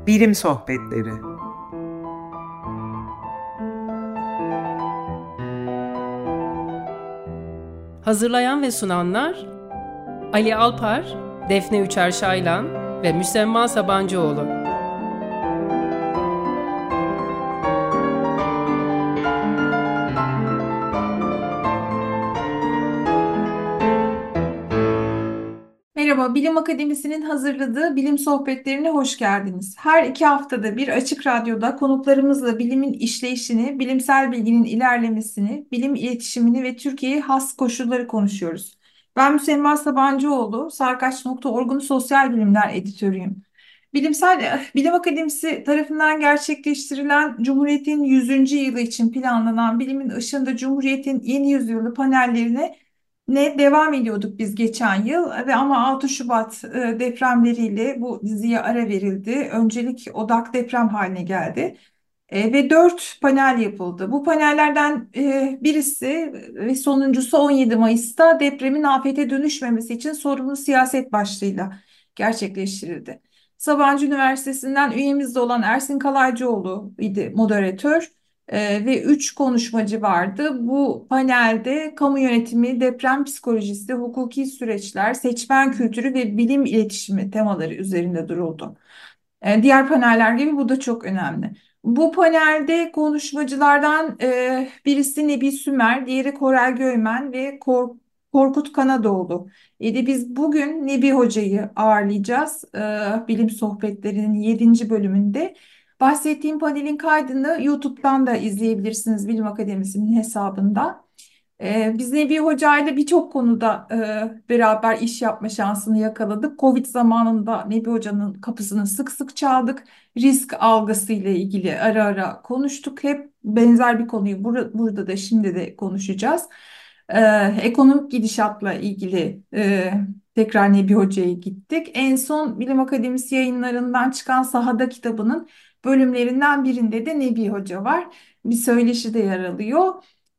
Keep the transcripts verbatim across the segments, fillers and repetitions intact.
Bilim Sohbetleri. Hazırlayan ve sunanlar Ali Alpar, Defne Üçer Şaylan ve Müsemma Sabancıoğlu. Merhaba, Bilim Akademisi'nin hazırladığı bilim sohbetlerine hoş geldiniz. Her iki haftada bir Açık Radyo'da konuklarımızla bilimin işleyişini, bilimsel bilginin ilerlemesini, bilim iletişimini ve Türkiye'ye has koşulları konuşuyoruz. Ben Müsemma Sabancıoğlu, sarkaç nokta org'un sosyal bilimler editörüyüm. Bilimsel Bilim Akademisi tarafından gerçekleştirilen Cumhuriyet'in yüzüncü yılı için planlanan Bilimin Işığında Cumhuriyet'in Yeni Yüzyılı panellerine ne devam ediyorduk biz geçen yıl ve ama altı Şubat e, depremleriyle bu diziye ara verildi. Öncelik odak deprem haline geldi. E, ve dört panel yapıldı. Bu panellerden e, birisi ve sonuncusu on yedi Mayıs'ta depremin afete dönüşmemesi için sorumlu siyaset başlığıyla gerçekleştirildi. Sabancı Üniversitesi'nden üyemiz de olan Ersin Kalaycıoğlu idi moderatör. Ee, ve üç konuşmacı vardı. Bu panelde kamu yönetimi, deprem psikolojisi, hukuki süreçler, seçmen kültürü ve bilim iletişimi temaları üzerinde duruldu. Ee, diğer paneller gibi bu da çok önemli. Bu panelde konuşmacılardan e, birisi Nebi Sümer, diğeri Korel Göymen ve Kor- Korkut Kanadoğlu. E biz bugün Nebi Hoca'yı ağırlayacağız. Ee, bilim sohbetlerinin yedinci bölümünde. Bahsettiğim panelin kaydını YouTube'dan da izleyebilirsiniz Bilim Akademisi'nin hesabında. Ee, biz Nebi Hoca ile birçok konuda e, beraber iş yapma şansını yakaladık. Covid zamanında Nebi Hoca'nın kapısını sık sık çaldık. Risk algısı ile ilgili ara ara konuştuk. Hep benzer bir konuyu bur burada da şimdi de konuşacağız. Ee, Ekonomik gidişatla ilgili e, tekrar Nebi Hoca'ya gittik. En son Bilim Akademisi yayınlarından çıkan Sahada kitabının bölümlerinden birinde de Nebi Hoca var. Bir söyleşi de yer alıyor.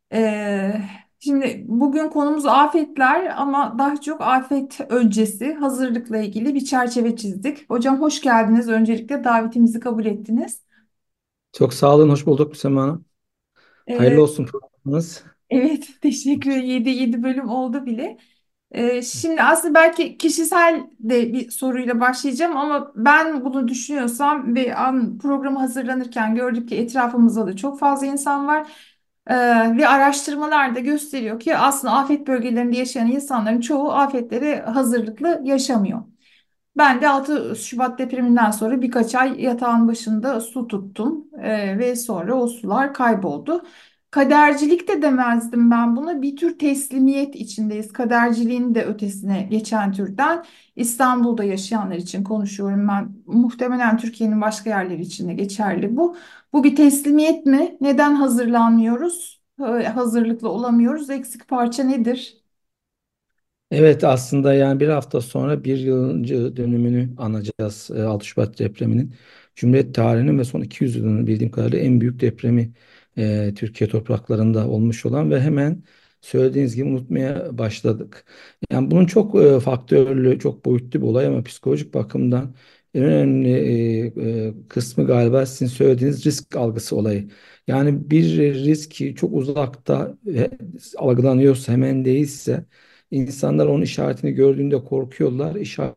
Ee, Şimdi bugün konumuz afetler ama daha çok afet öncesi hazırlıkla ilgili bir çerçeve çizdik. Hocam hoş geldiniz. Öncelikle davetimizi kabul ettiniz. Çok sağ olun, hoş bulduk Müsemma Hanım. Ee, Hayırlı olsun programınız. evet, teşekkür ederim. yedi yedi bölüm oldu bile. Ee, şimdi aslında belki kişisel de bir soruyla başlayacağım ama ben bunu düşünüyorsam ve an programı hazırlanırken gördük ki etrafımızda da çok fazla insan var. Ee, ve araştırmalar da gösteriyor ki aslında afet bölgelerinde yaşayan insanların çoğu afetlere hazırlıklı yaşamıyor. Ben de altı Şubat depreminden sonra birkaç ay yatağın başında su tuttum. Ee, ve sonra o sular kayboldu. Kadercilik de demezdim ben buna. Bir tür teslimiyet içindeyiz. Kaderciliğin de ötesine geçen türden. İstanbul'da yaşayanlar için konuşuyorum ben. Muhtemelen Türkiye'nin başka yerleri için de geçerli bu. Bu bir teslimiyet mi? Neden hazırlanmıyoruz? Ee, Hazırlıklı olamıyoruz. Eksik parça nedir? Evet, aslında yani bir hafta sonra bir yılıncı dönümünü anacağız e, altı Şubat depreminin. Cumhuriyet tarihinin ve son iki yüz yılının bildiğim kadarıyla en büyük depremi e, Türkiye topraklarında olmuş olan ve hemen söylediğiniz gibi unutmaya başladık. Yani bunun çok e, faktörlü, çok boyutlu bir olay ama psikolojik bakımdan en önemli e, e, kısmı galiba sizin söylediğiniz risk algısı olayı. Yani bir risk çok uzakta e, algılanıyorsa, hemen değilse İnsanlar onun işaretini gördüğünde korkuyorlar.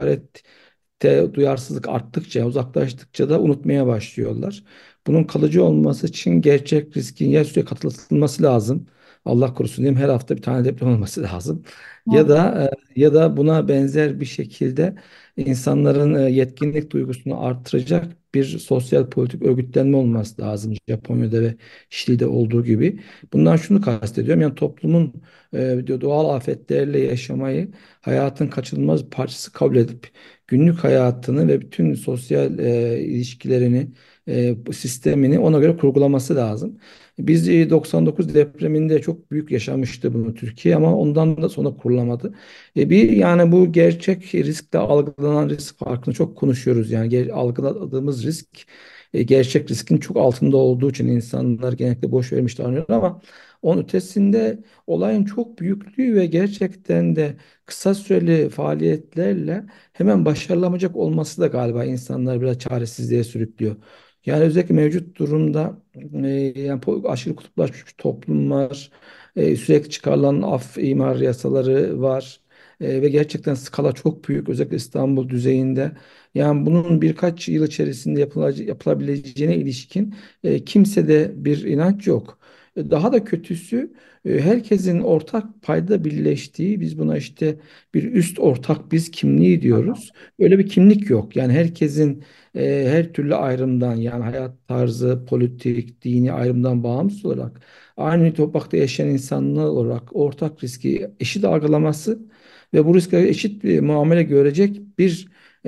İşarette duyarsızlık arttıkça, uzaklaştıkça da unutmaya başlıyorlar. Bunun kalıcı olması için gerçek riskin ya sürekli katılması lazım. Allah korusun diyeyim, her hafta bir tane deprem olması lazım. Ya da e, ya da buna benzer bir şekilde insanların e, yetkinlik duygusunu artıracak bir sosyal politik örgütlenme olması lazım. Japonya'da ve Şili'de olduğu gibi. Bundan şunu kastediyorum. Yani toplumun e, doğal afetlerle yaşamayı hayatın kaçınılmaz bir parçası kabul edip günlük hayatını ve bütün sosyal e, ilişkilerini, e, sistemini ona göre kurgulaması lazım. Biz e, doksan dokuz depreminde çok büyük yaşamıştı bunu Türkiye ama ondan da sonra kurulamadı. E, bir yani bu gerçek riskle algılanan risk farkını çok konuşuyoruz. Yani ger- algıladığımız risk e, gerçek riskin çok altında olduğu için insanlar genellikle boş vermiş davranıyor ama onun ötesinde olayın çok büyüklüğü ve gerçekten de kısa süreli faaliyetlerle hemen başarılamayacak olması da galiba insanlar biraz çaresizliğe sürüklüyor. Yani özellikle mevcut durumda e, yani po- aşırı kutuplaşmış toplumlar, e, sürekli çıkarılan af imar yasaları var. E, ve gerçekten skala çok büyük, özellikle İstanbul düzeyinde. Yani bunun birkaç yıl içerisinde yapılac- yapılabileceğine ilişkin e, kimsede bir inanç yok. E, Daha da kötüsü, e, herkesin ortak payda birleştiği, biz buna işte bir üst ortak biz kimliği diyoruz. Öyle bir kimlik yok. Yani herkesin e, her türlü ayrımdan, yani hayat tarzı, politik, dini ayrımdan bağımsız olarak aynı toprakta yaşayan insanlar olarak ortak riski eşit algılaması ve bu riske eşit bir muamele görecek bir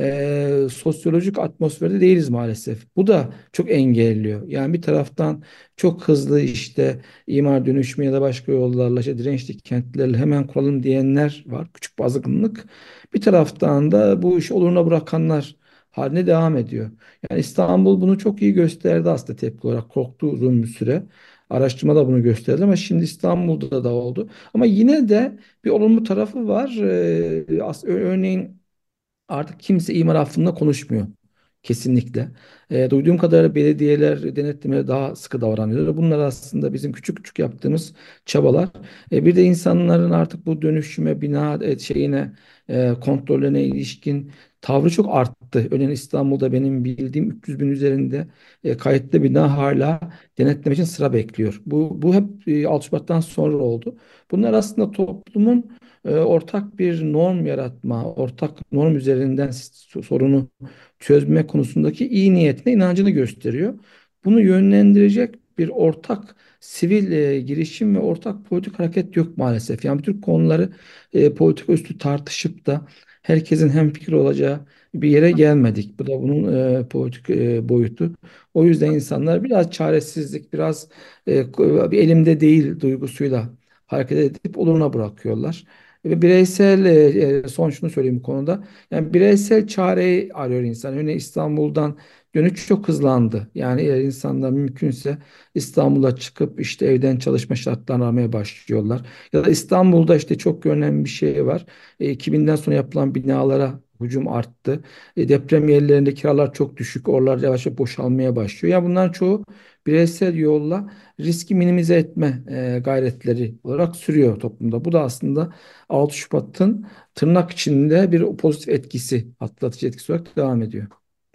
e, sosyolojik atmosferde değiliz maalesef. Bu da çok engelliyor. Yani bir taraftan çok hızlı işte imar dönüşümü ya da başka yollarla, işte dirençli kentlerle hemen kuralım diyenler var. Küçük bir azınlık. Bir taraftan da bu işi oluruna bırakanlar haline devam ediyor. Yani İstanbul bunu çok iyi gösterdi aslında, tepki olarak korktu uzun bir süre. Araştırma da bunu gösterdi ama şimdi İstanbul'da da oldu. Ama yine de bir olumlu tarafı var. Ee, as- örneğin artık kimse imar affında konuşmuyor. Kesinlikle. E, duyduğum kadarıyla belediyeler denetlemeye daha sıkı davranıyor. Bunlar aslında bizim küçük küçük yaptığımız çabalar. E, bir de insanların artık bu dönüşüme, bina e, şeyine, e, kontrolüne ilişkin tavrı çok arttı. Örneğin İstanbul'da benim bildiğim üç yüz bin üzerinde e, kayıtlı bina hala denetleme için sıra bekliyor. Bu, bu hep e, altı Şubat'tan sonra oldu. Bunlar aslında toplumun e, ortak bir norm yaratma, ortak norm üzerinden s- sorunu çözme konusundaki iyi niyetine, inancını gösteriyor. Bunu yönlendirecek bir ortak sivil e, girişim ve ortak politik hareket yok maalesef. Yani bu tür konuları e, politika üstü tartışıp da herkesin hemfikir olacağı bir yere gelmedik. Bu da bunun e, politik e, boyutu. O yüzden insanlar biraz çaresizlik, biraz e, bir elimde değil duygusuyla hareket edip oluruna bırakıyorlar. Ve bireysel e, e, son şunu söyleyeyim bu konuda. Yani bireysel çareyi arıyor insan. Örneğin İstanbul'dan dönüş çok hızlandı. Yani eğer insanlar mümkünse İstanbul'a çıkıp işte evden çalışma şartlarını aramaya başlıyorlar. Ya da İstanbul'da işte çok görünen bir şey var. E, iki binden sonra yapılan binalara hücum arttı. E, deprem yerlerinde kiralar çok düşük. Oralar yavaş yavaş boşalmaya başlıyor. Ya bunlar çoğu bireysel yolla riski minimize etme e, gayretleri olarak sürüyor toplumda. Bu da aslında altı Şubat'ın tırnak içinde bir pozitif etkisi, atlatıcı etkisi olarak devam ediyor.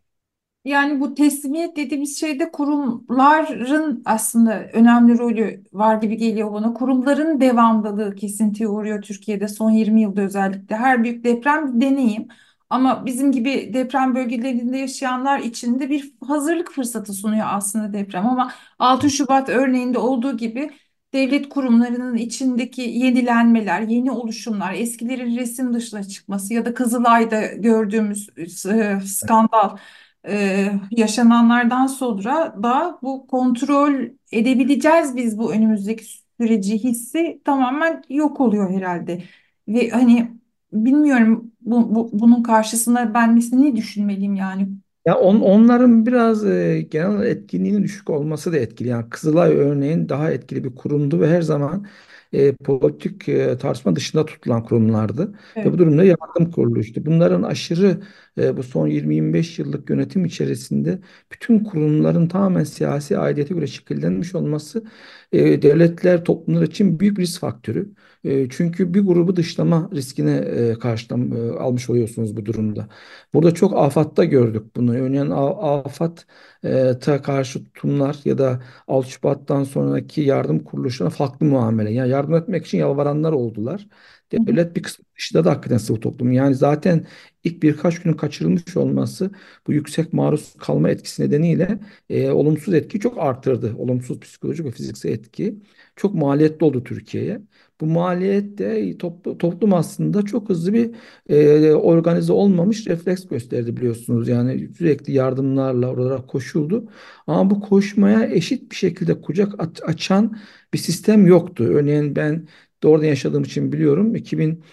Yani bu teslimiyet dediğimiz şeyde kurumların aslında önemli rolü var gibi geliyor bana. Kurumların devamlılığı kesintiye uğruyor Türkiye'de son yirmi yılda özellikle. Her büyük deprem bir deneyim. Ama bizim gibi deprem bölgelerinde yaşayanlar için de bir hazırlık fırsatı sunuyor aslında deprem. Ama altı Şubat örneğinde olduğu gibi devlet kurumlarının içindeki yenilenmeler, yeni oluşumlar, eskilerin resim dışına çıkması ya da Kızılay'da gördüğümüz e, skandal e, yaşananlardan sonra da bu kontrol edebileceğiz biz bu önümüzdeki süreci hissi tamamen yok oluyor herhalde. Ve hani bilmiyorum bu, bu- bunun karşısında ben mesela ne düşünmeliyim yani? Ya on, onların biraz e, genel etkinliğinin düşük olması da etkili. Yani Kızılay örneğin daha etkili bir kurumdu ve her zaman e, politik e, tartışma dışında tutulan kurumlardı. Ve bu Evet. durumda yardım kurulu işte. Bunların aşırı e, bu son yirmi yirmi beş yıllık yönetim içerisinde bütün kurumların tamamen siyasi aidiyete göre şekillenmiş olması e, devletler, toplumlar için büyük bir risk faktörü. E, çünkü bir grubu dışlama riskine e, karşılam e, almış oluyorsunuz bu durumda. Burada çok afatta gördük bunu. Örneğin a- afat e, ta karşı tutumlar ya da altı Şubat'tan sonraki yardım kuruluşlarına farklı muamele. Yani yardım etmek için yalvaranlar oldular. Hı hı. Devlet bir kısmı dışında da hakikaten sivil toplum. Yani zaten ilk birkaç günün kaçırılmış olması bu yüksek maruz kalma etkisi nedeniyle e, olumsuz etki çok artırdı. Olumsuz psikolojik ve fiziksel etki çok maliyetli oldu Türkiye'ye. Bu maliyet de top- toplum aslında çok hızlı bir e, organize olmamış refleks gösterdi biliyorsunuz. Yani sürekli yardımlarla oralara koşuldu. Ama bu koşmaya eşit bir şekilde kucak aç- açan bir sistem yoktu. Örneğin ben Doğrudan yaşadığım için biliyorum. iki bin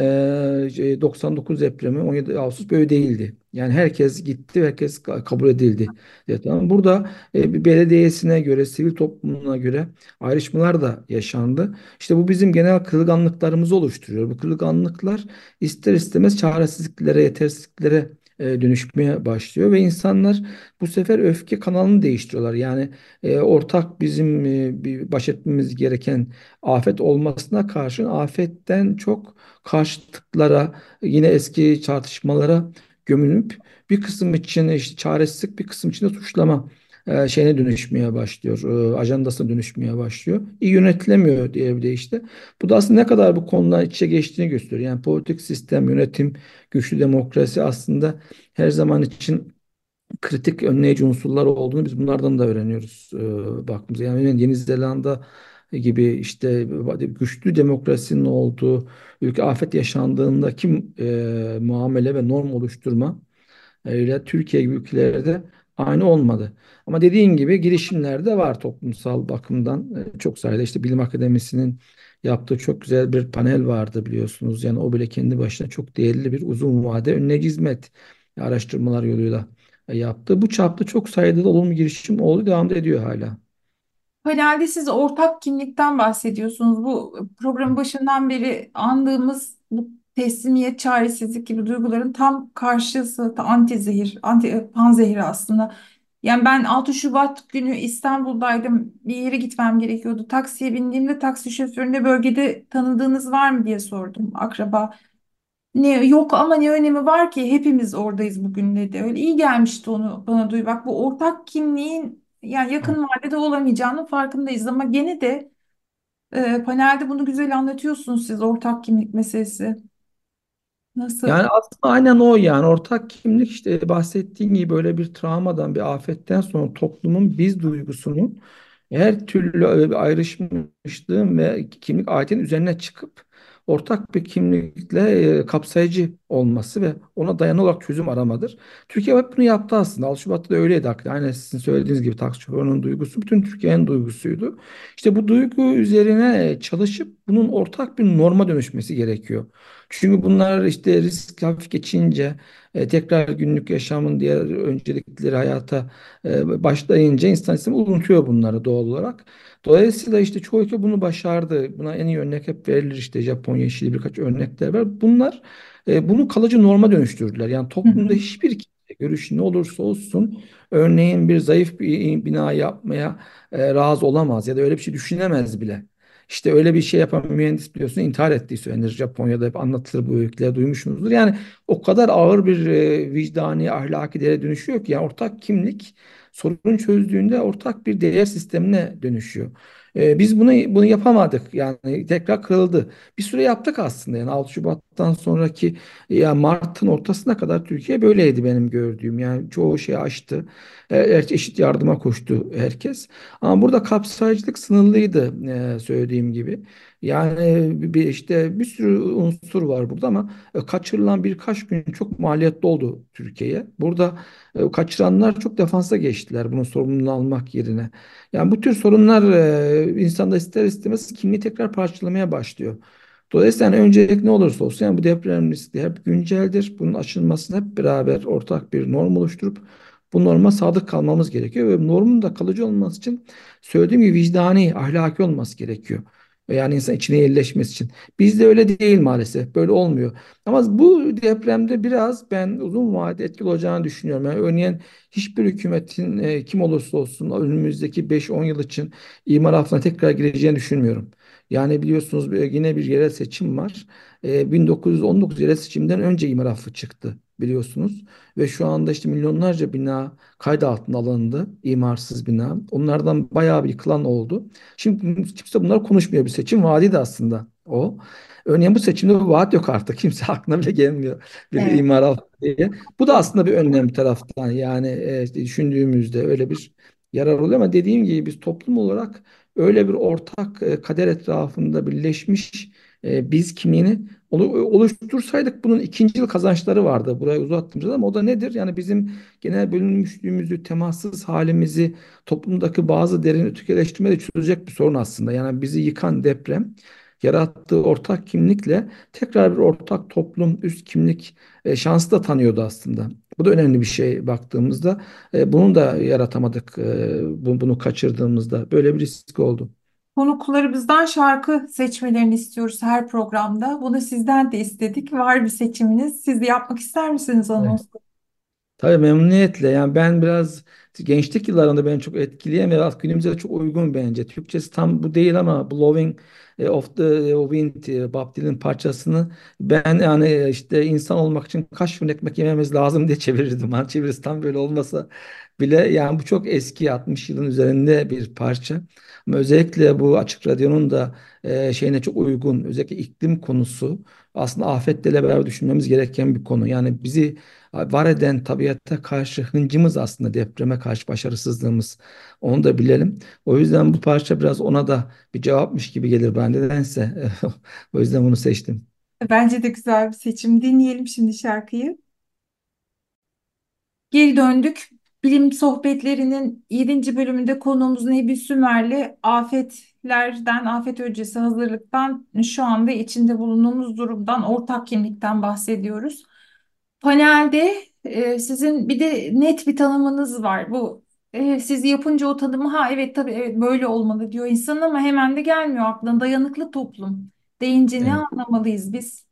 doksan dokuz depremi on yedi Ağustos böyle değildi. Yani herkes gitti, herkes ka- kabul edildi. Evet, tamam. Burada e, bir belediyesine göre, sivil toplumuna göre ayrışmalar da yaşandı. İşte bu bizim genel kırılganlıklarımızı oluşturuyor. Bu kırılganlıklar ister istemez çaresizliklere, yetersizliklere e, dönüşmeye başlıyor ve insanlar bu sefer öfke kanalını değiştiriyorlar. Yani e, ortak bizim e, bir baş etmemiz gereken afet olmasına karşın afetten çok karşıtlıklara, yine eski tartışmalara gömülüp bir kısım için işte çaresizlik, bir kısım için de suçlama e, şeyine dönüşmeye başlıyor. E, ajandasına dönüşmeye başlıyor. İyi yönetilemiyor diye bir de işte. Bu da aslında ne kadar bu konudan iç içe geçtiğini gösteriyor. Yani politik sistem, yönetim, güçlü demokrasi aslında her zaman için kritik önleyici unsurlar olduğunu biz bunlardan da öğreniyoruz e, baktığımızda. Yani Yeni Zelanda gibi işte güçlü demokrasinin olduğu ülke afet yaşandığında kim e, muamele ve norm oluşturma öyle Türkiye gibi ülkelerde aynı olmadı. Ama dediğin gibi girişimler de var toplumsal bakımdan. E, Çok sayıda işte Bilim Akademisi'nin yaptığı çok güzel bir panel vardı biliyorsunuz. Yani o bile kendi başına çok değerli bir uzun vade önleyici hizmet araştırmalar yoluyla e, yaptı. Bu çapta çok sayıda da olumlu girişim oldu, devam da ediyor hala. Panelde siz ortak kimlikten bahsediyorsunuz. Bu programın başından beri andığımız bu teslimiyet, çaresizlik gibi duyguların tam karşısı, anti zehir, anti panzehir aslında. Yani ben altı Şubat günü İstanbul'daydım. Bir yere gitmem gerekiyordu. Taksiye bindiğimde taksi şoförüne bölgede tanıdığınız var mı diye sordum. Akraba. Ne yok ama ne önemi var ki hepimiz oradayız bugün dedi. Öyle iyi gelmişti onu bana duymak. Bu ortak kimliğin yani yakın vadede olamayacağının farkındayız ama gene de e, panelde bunu güzel anlatıyorsunuz siz ortak kimlik meselesi. Nasıl? Yani aslında aynen o, yani ortak kimlik işte bahsettiğin gibi böyle bir travmadan, bir afetten sonra toplumun biz duygusunun her türlü öyle bir ayrışmışlığın ve kimlik aidinin üzerine çıkıp ortak bir kimlikle e, kapsayıcı olması ve ona dayalı olarak çözüm aramadır. Türkiye hep bunu yaptı aslında. altı Şubat'ta da öyleydi hakikaten. Aynen sizin söylediğiniz gibi taksi şoförünün duygusu bütün Türkiye'nin duygusuydu. İşte bu duygu üzerine çalışıp bunun ortak bir norma dönüşmesi gerekiyor. Çünkü bunlar işte risk hafif geçince e, tekrar günlük yaşamın diğer öncelikleri hayata e, başlayınca insan sistemi unutuyor bunları doğal olarak. Dolayısıyla işte çoğu ülke bunu başardı. Buna en iyi örnek hep verilir, işte Japonya, Şili, birkaç örnekler var. Bunlar e, bunu kalıcı norma dönüştürdüler. Yani Hı toplumda hı. hiçbir kimse, görüşü ne olursa olsun, örneğin bir zayıf bir bina yapmaya e, razı olamaz ya da öyle bir şey düşünemez bile. İşte öyle bir şey yapan bir mühendis biliyorsun intihar ettiği söylenir. Japonya'da hep anlatılır, bu öyküleri duymuşsunuzdur. Yani o kadar ağır bir e, vicdani, ahlaki değere dönüşüyor ki, yani ortak kimlik sorun çözdüğünde ortak bir değer sistemine dönüşüyor. E, biz bunu bunu yapamadık. Yani tekrar kırıldı. Bir süre yaptık aslında. Yani altı Şubat'tan sonraki, yani Mart'ın ortasına kadar Türkiye böyleydi benim gördüğüm. Yani çoğu şeyi aştı. E, eşit yardıma koştu herkes. Ama burada kapsayıcılık sınırlıydı, e, söylediğim gibi. Yani bir işte bir sürü unsur var burada ama e, kaçırılan birkaç gün çok maliyetli oldu Türkiye'ye. Burada e, kaçıranlar çok defansa geçtiler bunun sorumluluğunu almak yerine. Yani bu tür sorunlar e, insanda ister istemez kimliği tekrar parçalamaya başlıyor. Dolayısıyla yani öncelik ne olursa olsun, yani bu deprem riski hep günceldir. Bunun aşılmasını hep beraber ortak bir norm oluşturup bu norma sadık kalmamız gerekiyor ve normun da kalıcı olması için söylediğim gibi vicdani, ahlaki olması gerekiyor. Ve yani insan içine yerleşmesi için. Bizde öyle değil maalesef. Böyle olmuyor. Ama bu depremde biraz ben uzun vadede etkili olacağını düşünüyorum. Yani örneğin hiçbir hükümetin e, kim olursa olsun önümüzdeki beş on yıl için imar affına tekrar gireceğini düşünmüyorum. Yani biliyorsunuz e, yine bir yerel seçim var. E, bin dokuz yüz on dokuz yerel seçimden önce imar affı çıktı biliyorsunuz. Ve şu anda işte milyonlarca bina kaydı altına alındı. İmarsız bina. Onlardan bayağı bir yıkılan oldu. Şimdi kimse bunlar konuşmuyor. Bir seçim vaadi de aslında o. Örneğin bu seçimde bu vaat yok artık. Kimse aklına bile gelmiyor bir Evet. imar altı diye. Bu da aslında bir önlem bir taraftan. Yani e, düşündüğümüzde öyle bir yarar oluyor ama dediğim gibi biz toplum olarak öyle bir ortak e, kader etrafında birleşmiş e, biz kimliğini olu- oluştursaydık bunun ikinci yıl kazançları vardı. Burayı uzattım biraz ama o da nedir? Yani bizim genel bölünmüşlüğümüzü, temassız halimizi, toplumdaki bazı derin ötekileştirmeyi de çözecek bir sorun aslında. Yani bizi yıkan deprem yarattığı ortak kimlikle tekrar bir ortak toplum, üst kimlik e, şansı da tanıyordu aslında. Bu da önemli bir şey baktığımızda. E, bunu da yaratamadık. E, bu- bunu kaçırdığımızda böyle bir risk oldu. Konuklarımızdan şarkı seçmelerini istiyoruz her programda. Bunu sizden de istedik. Var bir seçiminiz. Siz de yapmak ister misiniz anons? Tabii memnuniyetle. Yani ben biraz gençlik yıllarında beni çok etkileyen ve biraz günümüze de çok uygun bence. Türkçesi tam bu değil ama Blowing e, of the Wind, e, Bob Dylan parçasını ben yani e, işte insan olmak için kaç fırın ekmek yememiz lazım diye çevirirdim. Hani çevirisi tam böyle olmasa bile yani bu çok eski, altmış yılın üzerinde bir parça. Ama özellikle bu Açık Radyo'nun da e, şeyine çok uygun. Özellikle iklim konusu aslında afetle beraber düşünmemiz gereken bir konu. Yani bizi var eden tabiata karşı hıncımız aslında depreme karşı başarısızlığımız. Onu da bilelim. O yüzden bu parça biraz ona da bir cevapmış gibi gelir bana nedense. O yüzden bunu seçtim. Bence de güzel bir seçim. Dinleyelim şimdi şarkıyı. Geri döndük. Bilim sohbetlerinin yedinci bölümünde konuğumuz Nebi Sümer'le afetlerden, afet öncesi hazırlıktan, şu anda içinde bulunduğumuz durumdan, ortak kimlikten bahsediyoruz. Panelde e, sizin bir de net bir tanımınız var. Bu e, siz yapınca o tanımı, ha evet tabii evet böyle olmalı diyor insan, ama hemen de gelmiyor aklına. Dayanıklı toplum deyince ne Evet. anlamalıyız biz?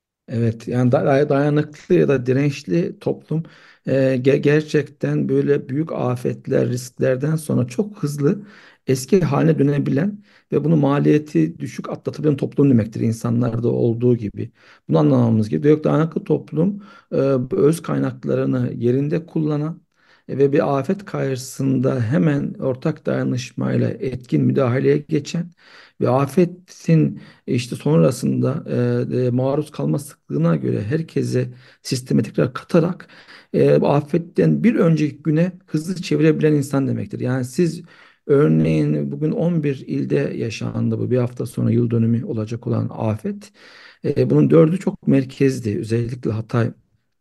Evet yani da- dayanıklı ya da dirençli toplum e, ge- gerçekten böyle büyük afetler, risklerden sonra çok hızlı eski haline dönebilen ve bunu maliyeti düşük atlatabilen toplum demektir insanlarda olduğu gibi. Bunu anlamamız gerekiyor. Yok, dayanıklı toplum e, bu öz kaynaklarını yerinde kullanan e, ve bir afet karşısında hemen ortak dayanışmayla etkin müdahaleye geçen ve afetin işte sonrasında e, e, maruz kalma sıklığına göre herkese sisteme tekrar katarak e, bu afetten bir önceki güne hızlı çevirebilen insan demektir. Yani siz örneğin bugün on bir ilde yaşandı, bu bir hafta sonra yıl dönümü olacak olan afet. E, bunun dördü çok merkezdi. Özellikle Hatay,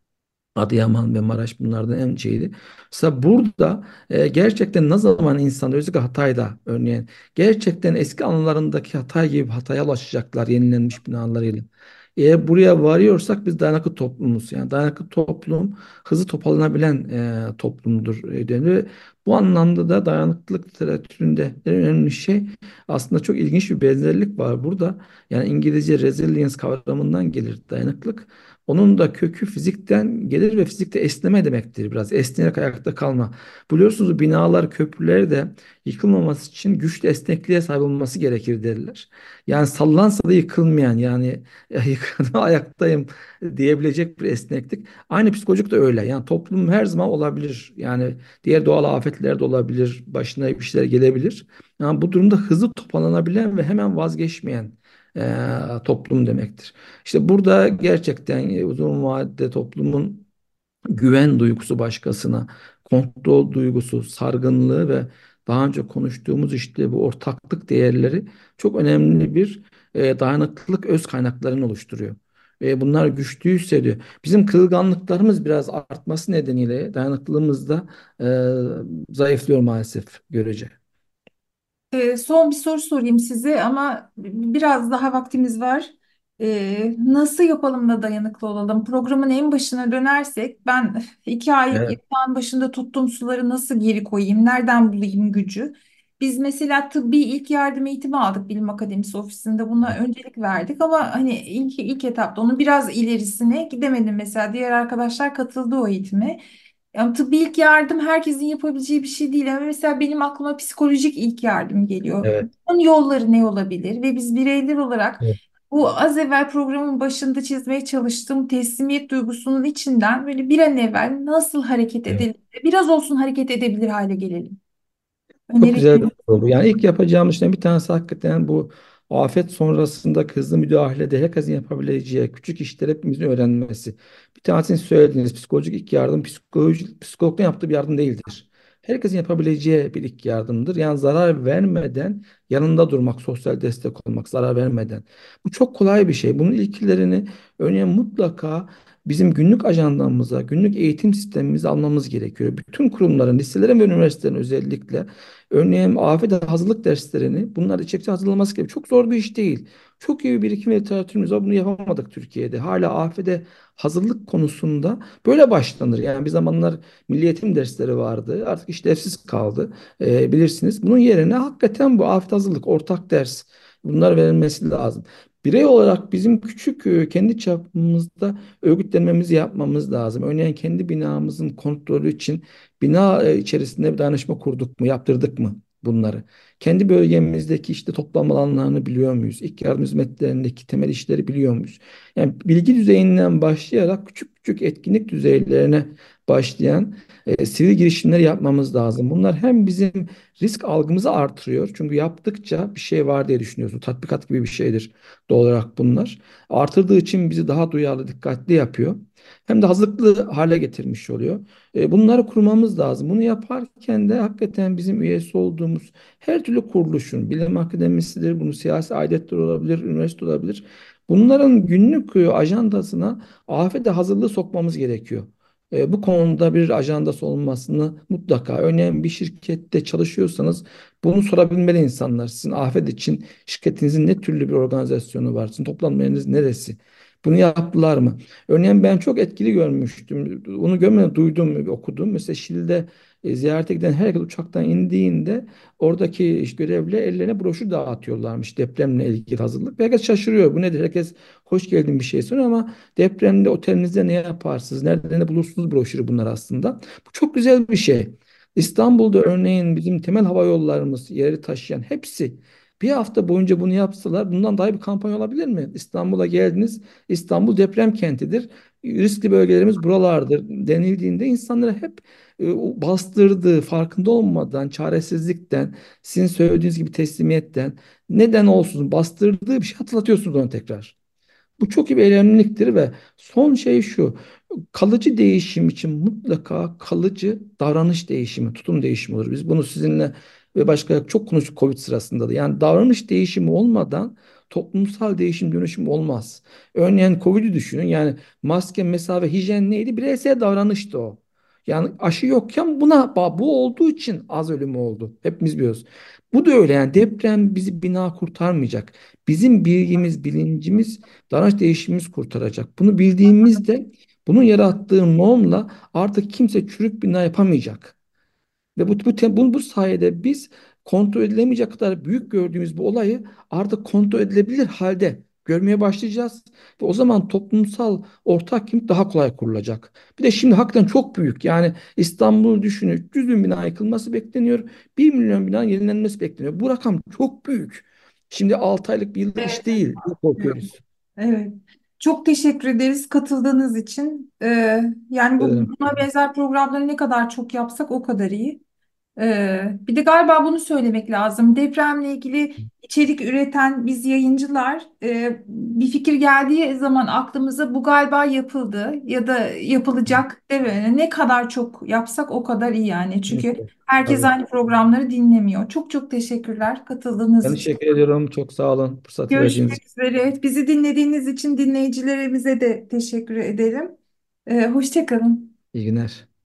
Adıyaman ve Maraş bunlardan en şeydi. Mesela burada e, gerçekten ne zaman insanlar özellikle Hatay'da örneğin gerçekten eski anılarındaki Hatay gibi Hatay'a ulaşacaklar yenilenmiş binalarıyla. Eğer buraya varıyorsak biz dayanıklı toplumuz. Yani dayanıklı toplum hızlı toparlanabilen e, toplumdur e, denir. Bu anlamda da dayanıklılık literatüründe en önemli şey aslında çok ilginç bir benzerlik var burada. Yani İngilizce resilience kavramından gelir dayanıklık. Onun da kökü fizikten gelir ve fizikte esneme demektir biraz. Esneyerek ayakta kalma. Biliyorsunuz binalar, köprüler de yıkılmaması için güçlü esnekliğe sahip olması gerekir derler. Yani sallansa da yıkılmayan yani yıkıldım ayaktayım diyebilecek bir esneklik. Aynı psikolojik de öyle. Yani toplum her zaman olabilir. Yani diğer doğal afetler de olabilir. Başına bir şeyler gelebilir. Yani bu durumda hızlı toparlanabilen ve hemen vazgeçmeyen e, toplum demektir. İşte burada gerçekten e, uzun vadede toplumun güven duygusu başkasına, kontrol duygusu, sargınlığı ve daha önce konuştuğumuz işte bu ortaklık değerleri çok önemli bir e, dayanıklılık öz kaynaklarını oluşturuyor. Ve bunlar güçlüyse diyor. Bizim kırılganlıklarımız biraz artması nedeniyle dayanıklılığımız da e, zayıflıyor maalesef görece. Ee, son bir soru sorayım size, ama biraz daha vaktimiz var. Ee, nasıl yapalım da dayanıklı olalım? Programın en başına dönersek, ben iki ay Evet. yatağın başında tuttuğum suları nasıl geri koyayım? Nereden bulayım gücü? Biz mesela tıbbi ilk yardım eğitimi aldık Bilim Akademisi ofisinde. Buna öncelik verdik, ama hani ilk, ilk etapta onun biraz ilerisine gidemedim mesela. Diğer arkadaşlar katıldı o eğitime. Yani tıbbi ilk yardım herkesin yapabileceği bir şey değil. Ama mesela benim aklıma psikolojik ilk yardım geliyor. Evet. Bunun yolları ne olabilir? Ve biz bireyler olarak Evet. bu az evvel programın başında çizmeye çalıştığım teslimiyet duygusunun içinden böyle bir an evvel nasıl hareket Evet. edelim? Biraz olsun hareket edebilir hale gelelim. Çok güzel bir Önerileriniz. soru bu. Yani ilk yapacağımız şeyden bir tanesi hakikaten bu afet sonrasında hızlı müdahalede herkesin yapabileceği küçük işler hepimizin öğrenmesi. Bir tanesini söylediniz. Psikolojik ilk yardım psikoloji, psikologdan yaptığı bir yardım değildir. Herkesin yapabileceği bir ilk yardımdır. Yani zarar vermeden yanında durmak, sosyal destek olmak, zarar vermeden. Bu çok kolay bir şey. Bunun ilklerini örneğin mutlaka bizim günlük ajandamıza, günlük eğitim sistemimize almamız gerekiyor. Bütün kurumların, liselerin ve üniversitelerin özellikle örneğin afet hazırlık derslerini bunlar içerikte hazırlaması gerekiyor. Çok zor bir iş değil. Çok iyi bir birikim ve literatürümüz var. Bunu yapamadık Türkiye'de. Hala afete hazırlık konusunda böyle başlanır. Yani bir zamanlar milli eğitim dersleri vardı. Artık işlevsiz kaldı. Ee, bilirsiniz. Bunun yerine hakikaten bu afet hazırlık, ortak ders bunlar verilmesi lazım. Birey olarak bizim küçük e, kendi çapımızda örgütlenmemizi yapmamız lazım. Örneğin kendi binamızın kontrolü için bina e, içerisinde bir dayanışma kurduk mu, yaptırdık mı bunları? Kendi bölgemizdeki işte toplam alanlarını biliyor muyuz? İlk yardım hizmetlerindeki temel işleri biliyor muyuz? Yani bilgi düzeyinden başlayarak küçük küçük etkinlik düzeylerine başlayan e, sivil girişimler yapmamız lazım. Bunlar hem bizim risk algımızı artırıyor. Çünkü yaptıkça bir şey var diye düşünüyorsun. Tatbikat gibi bir şeydir doğal olarak bunlar. Artırdığı için bizi daha duyarlı, dikkatli yapıyor. Hem de hazırlıklı hale getirmiş oluyor. E, bunları kurmamız lazım. Bunu yaparken de hakikaten bizim üyesi olduğumuz her türlü kuruluşun, bilim akademisidir, bunu siyasi aidiyetler olabilir, üniversite olabilir. Bunların günlük e, ajandasına afete hazırlığı sokmamız gerekiyor. E, bu konuda bir ajandası olmasını mutlaka. Örneğin bir şirkette çalışıyorsanız bunu sorabilmeli insanlar. Sizin afet için şirketinizin ne türlü bir organizasyonu var? Sizin toplanma yeriniz neresi? Bunu yaptılar mı? Örneğin ben çok etkili görmüştüm. Onu görmeden duydum, okudum. Mesela Şili'de e, ziyarete giden herkes uçaktan indiğinde oradaki iş görevli ellerine broşür dağıtıyorlarmış depremle ilgili hazırlık. Ve herkes şaşırıyor. Bu nedir? Herkes hoş geldin bir şey soruyor ama depremde otelinizde ne yaparsınız? Nerede ne bulursunuz broşürü bunlar aslında. Bu çok güzel bir şey. İstanbul'da örneğin bizim temel hava yollarımız, yeri taşıyan hepsi bir hafta boyunca bunu yapsalar bundan daha iyi bir kampanya olabilir mi? İstanbul'a geldiniz. İstanbul deprem kentidir. Riskli bölgelerimiz buralardır denildiğinde insanlara hep e, o bastırdığı, farkında olmadan, çaresizlikten, sizin söylediğiniz gibi teslimiyetten, neden olsun bastırdığı bir şey hatırlatıyorsunuz onu tekrar. Bu çok iyi bir eylemliliktir ve son şey şu. Kalıcı değişim için mutlaka kalıcı davranış değişimi, tutum değişimi olur. Biz bunu sizinle ve başka çok konuştuk Covid sırasında da. Yani davranış değişimi olmadan toplumsal değişim dönüşüm olmaz. Örneğin Covid'i düşünün. Yani maske, mesafe, hijyen neydi? Bireysel davranıştı o. Yani aşı yokken buna bu olduğu için az ölüm oldu. Hepimiz biliyoruz. Bu da öyle yani deprem bizi bina kurtarmayacak. Bizim bilgimiz, bilincimiz davranış değişimimiz kurtaracak. Bunu bildiğimizde bunun yarattığı normla artık kimse çürük bina yapamayacak. Ve bu, bu, te- bu, bu sayede biz kontrol edilemeyecek kadar büyük gördüğümüz bu olayı artık kontrol edilebilir halde görmeye başlayacağız. Ve o zaman toplumsal ortak kimlik daha kolay kurulacak. Bir de şimdi hakikaten çok büyük. Yani İstanbul'u düşünün. üç yüz bin bina yıkılması bekleniyor. bir milyon bina yenilenmesi bekleniyor. Bu rakam çok büyük. Şimdi altı aylık bir yıllık iş Evet. değil. Çok korkuyoruz. Evet. Çok teşekkür ederiz katıldığınız için. Ee, yani bu Ederim. buna benzer programları ne kadar çok yapsak o kadar iyi. Ee, bir de galiba bunu söylemek lazım. Depremle ilgili içerik üreten biz yayıncılar e, bir fikir geldiği zaman aklımıza bu galiba yapıldı ya da yapılacak değil mi? Ne kadar çok yapsak o kadar iyi yani. Çünkü Kesinlikle. herkes Tabii. aynı programları dinlemiyor. Çok çok teşekkürler katıldığınız Ben için. teşekkür ediyorum. Çok sağ olun fırsatı verdiğiniz Görüşmek için. üzere. Bizi dinlediğiniz için dinleyicilerimize de teşekkür ederim. Ee, hoşça kalın. İyi günler.